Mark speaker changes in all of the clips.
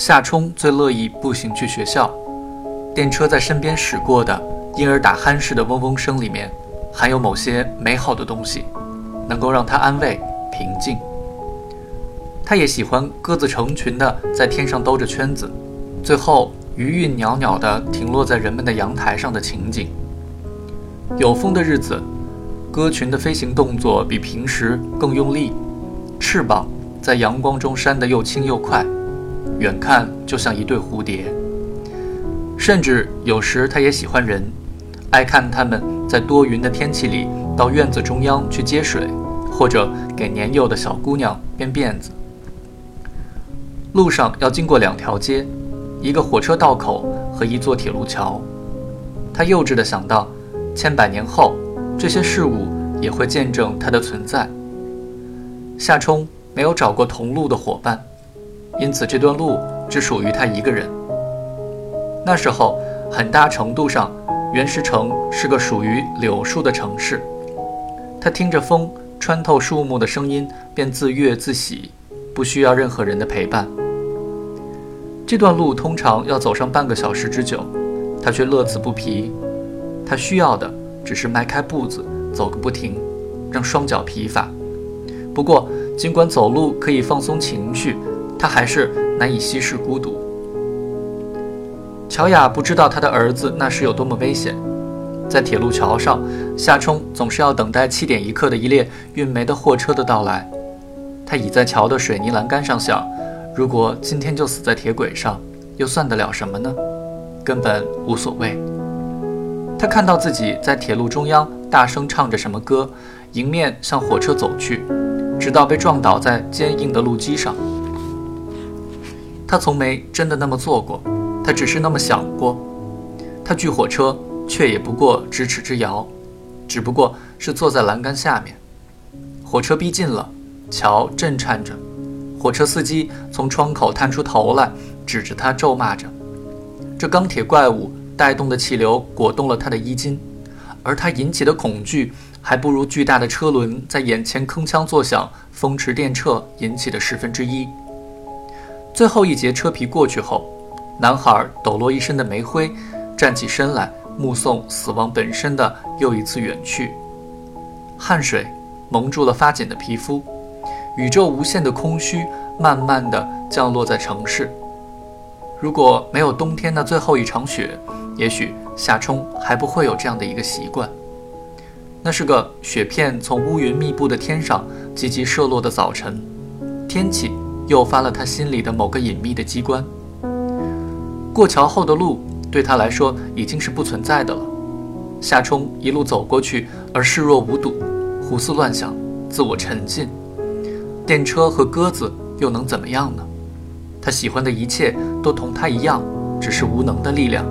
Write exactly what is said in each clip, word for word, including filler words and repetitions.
Speaker 1: 夏冲最乐意步行去学校，电车在身边驶过的婴儿打鼾式的嗡嗡声里面，含有某些美好的东西，能够让他安慰平静。他也喜欢鸽子成群的在天上兜着圈子，最后余韵袅袅地停落在人们的阳台上的情景。有风的日子，鸽群的飞行动作比平时更用力，翅膀在阳光中扇得又轻又快，远看就像一对蝴蝶。甚至有时他也喜欢人，爱看他们在多云的天气里到院子中央去接水，或者给年幼的小姑娘编辫子。路上要经过两条街，一个火车道口和一座铁路桥。他幼稚地想到，千百年后这些事物也会见证它的存在。夏冲没有找过同路的伙伴，因此这段路只属于他一个人。那时候很大程度上，袁石城是个属于柳树的城市。他听着风穿透树木的声音便自悦自喜，不需要任何人的陪伴。这段路通常要走上半个小时之久，他却乐此不疲。他需要的只是迈开步子走个不停，让双脚疲乏。不过尽管走路可以放松情绪，他还是难以稀释孤独。乔雅不知道他的儿子那时有多么危险。在铁路桥上，夏冲总是要等待七点一刻的一列运煤的货车的到来。他倚在桥的水泥栏杆上想，如果今天就死在铁轨上，又算得了什么呢？根本无所谓。他看到自己在铁路中央大声唱着什么歌，迎面向火车走去，直到被撞倒在坚硬的路基上。他从没真的那么做过，他只是那么想过。他距火车却也不过咫尺之遥，只不过是坐在栏杆下面。火车逼近了，桥震颤着，火车司机从窗口探出头来，指着他咒骂着。这钢铁怪物带动的气流裹动了他的衣襟，而他引起的恐惧还不如巨大的车轮在眼前铿锵作响、风驰电掣引起的十分之一。最后一节车皮过去后，男孩抖落一身的煤灰，站起身来，目送死亡本身的又一次远去。汗水蒙住了发紧的皮肤，宇宙无限的空虚慢慢地降落在城市。如果没有冬天那最后一场雪，也许夏冲还不会有这样的一个习惯。那是个雪片从乌云密布的天上急急射落的早晨，天气诱发了他心里的某个隐秘的机关。过桥后的路对他来说已经是不存在的了。夏冲一路走过去，而视若无睹，胡思乱想，自我沉浸。电车和鸽子又能怎么样呢？他喜欢的一切都同他一样，只是无能的力量。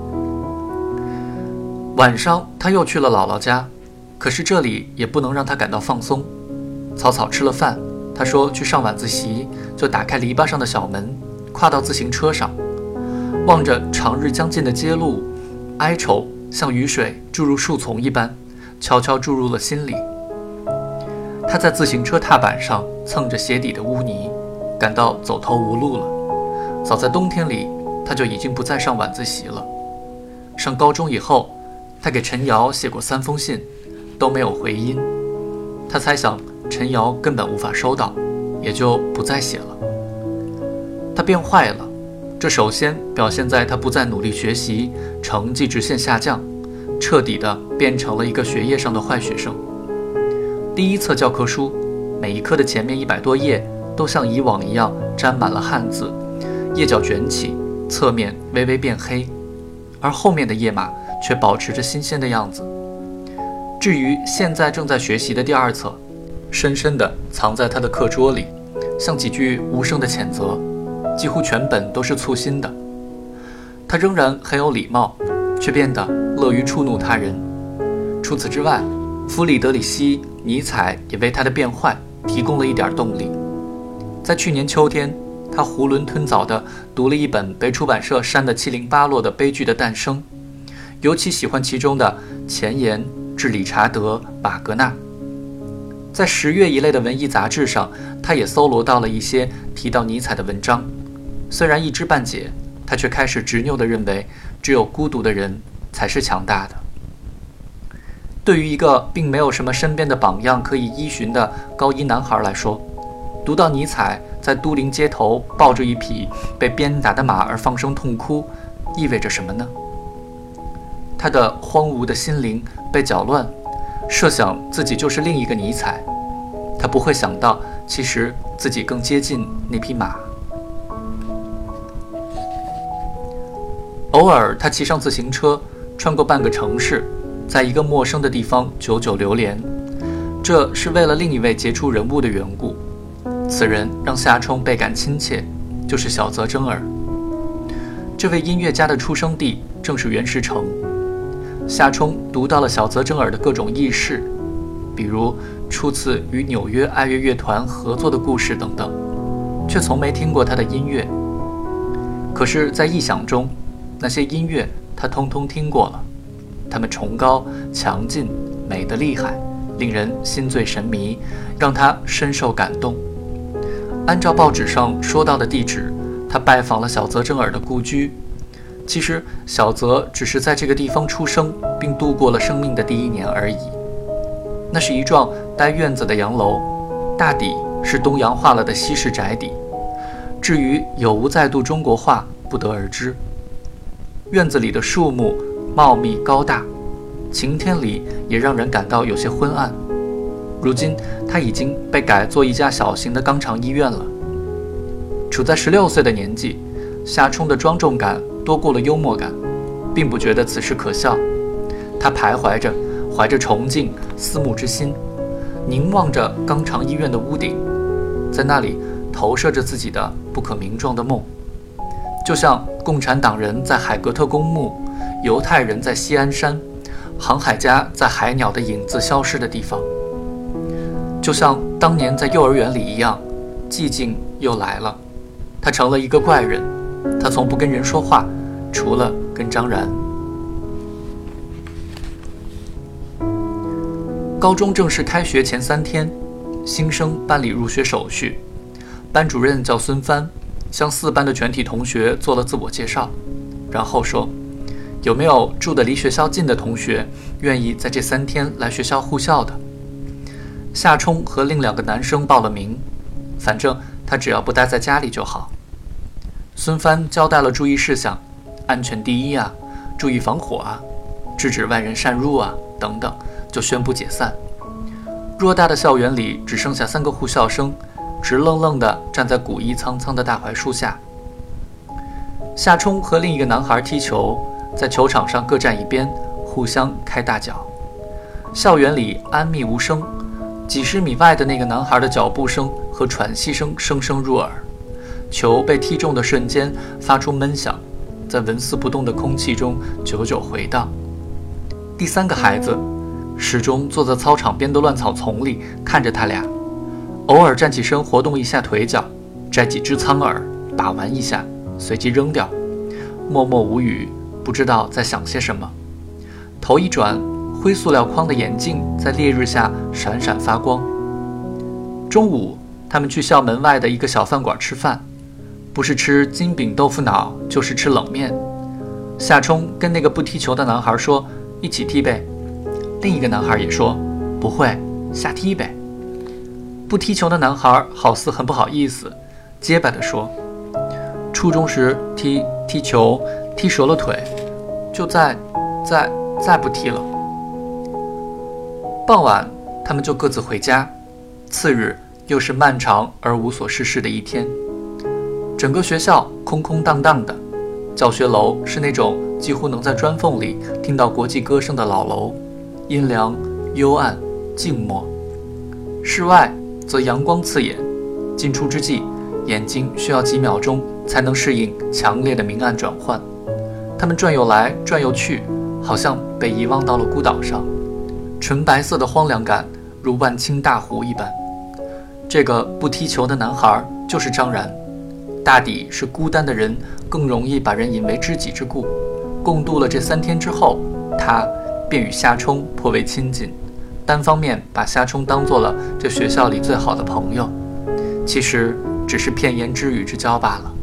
Speaker 1: 晚上他又去了姥姥家，可是这里也不能让他感到放松。草草吃了饭，他说去上晚自习，就打开篱笆上的小门，跨到自行车上，望着长日将近的街路，哀愁像雨水注入树丛一般，悄悄注入了心里。他在自行车踏板上蹭着鞋底的污泥，感到走投无路了。早在冬天里，他就已经不再上晚自习了。上高中以后，他给陈瑶写过三封信，都没有回音。他猜想陈瑶根本无法收到，也就不再写了。他变坏了，这首先表现在他不再努力学习，成绩直线下降，彻底的变成了一个学业上的坏学生。第一册教科书，每一科的前面一百多页都像以往一样沾满了汉字，页角卷起，侧面微微变黑，而后面的页码却保持着新鲜的样子。至于现在正在学习的第二册，深深地藏在他的课桌里，像几句无声的谴责，几乎全本都是粗心的。他仍然很有礼貌，却变得乐于触怒他人。除此之外，弗里德里希·尼采也为他的变坏提供了一点动力。在去年秋天，他囫囵吞枣地读了一本被出版社删得七零八落的悲剧的诞生，尤其喜欢其中的前言致理查德·瓦格纳。在十月一类的文艺杂志上，他也搜罗到了一些提到尼采的文章， 虽然一知半解，他却开始执拗地认为，只有孤独的人才是强大的。对于一个并没有什么身边的榜样可以依循的高一男孩来说，读到尼采在都灵街头抱着一匹被鞭打的马而放声痛哭，意味着什么呢？他的荒芜的心灵被搅乱，设想自己就是另一个尼采，他不会想到，其实自己更接近那匹马。偶尔，他骑上自行车，穿过半个城市，在一个陌生的地方久久流连，这是为了另一位杰出人物的缘故。此人让夏冲倍感亲切，就是小泽征尔。这位音乐家的出生地正是原石城。夏冲读到了小泽征尔的各种轶事，比如初次与纽约爱乐乐团合作的故事等等，却从没听过他的音乐。可是，在臆想中，那些音乐他通通听过了，他们崇高、强劲、美得厉害，令人心醉神迷，让他深受感动。按照报纸上说到的地址，他拜访了小泽征尔的故居。其实小泽只是在这个地方出生并度过了生命的第一年而已。那是一幢带院子的洋楼，大抵是东洋化了的西式宅邸，至于有无再度中国化，不得而知。院子里的树木茂密高大，晴天里也让人感到有些昏暗。如今它已经被改作一家小型的肛肠医院了。处在十六岁的年纪，夏冲的庄重感多过了幽默感，并不觉得此事可笑。他徘徊着，怀着崇敬思慕之心，凝望着肛肠医院的屋顶，在那里投射着自己的不可名状的梦，就像共产党人在海格特公墓，犹太人在西安山，航海家在海鸟的影子消失的地方。就像当年在幼儿园里一样，寂静又来了。他成了一个怪人，他从不跟人说话，除了跟张然。高中正式开学前三天，新生办理入学手续，班主任叫孙帆，向四班的全体同学做了自我介绍，然后说，有没有住得离学校近的同学愿意在这三天来学校护校的？夏冲和另两个男生报了名，反正他只要不待在家里就好。孙帆交代了注意事项，安全第一啊，注意防火啊，制止外人擅入啊，等等，就宣布解散。偌大的校园里只剩下三个护校生，直愣愣地站在古意苍苍的大槐树下。夏冲和另一个男孩踢球，在球场上各站一边，互相开大脚。校园里安谧无声，几十米外的那个男孩的脚步声和喘息声声声入耳。球被踢中的瞬间发出闷响，在纹丝不动的空气中久久回荡。第三个孩子始终坐在操场边的乱草丛里看着他俩，偶尔站起身活动一下腿脚，摘几只苍耳把玩一下，随即扔掉，默默无语，不知道在想些什么。头一转，灰塑料框的眼镜在烈日下闪闪发光。中午他们去校门外的一个小饭馆吃饭，不是吃金饼豆腐脑，就是吃冷面。夏冲跟那个不踢球的男孩说，一起踢呗。另一个男孩也说，不会，瞎踢呗。不踢球的男孩好似很不好意思，结巴地说，初中时踢踢球踢折了腿，就再再再不踢了。傍晚他们就各自回家，次日又是漫长而无所事事的一天。整个学校空空荡荡的，教学楼是那种几乎能在砖缝里听到国际歌声的老楼，阴凉、幽暗、静默。室外则阳光刺眼，进出之际，眼睛需要几秒钟才能适应强烈的明暗转换。他们转悠来转悠去，好像被遗忘到了孤岛上，纯白色的荒凉感如万顷大湖一般。这个不踢球的男孩就是张然，大抵是孤单的人更容易把人引为知己之故。共度了这三天之后，他便与夏冲颇为亲近，单方面把夏冲当做了这学校里最好的朋友，其实只是片言之语之交罢了。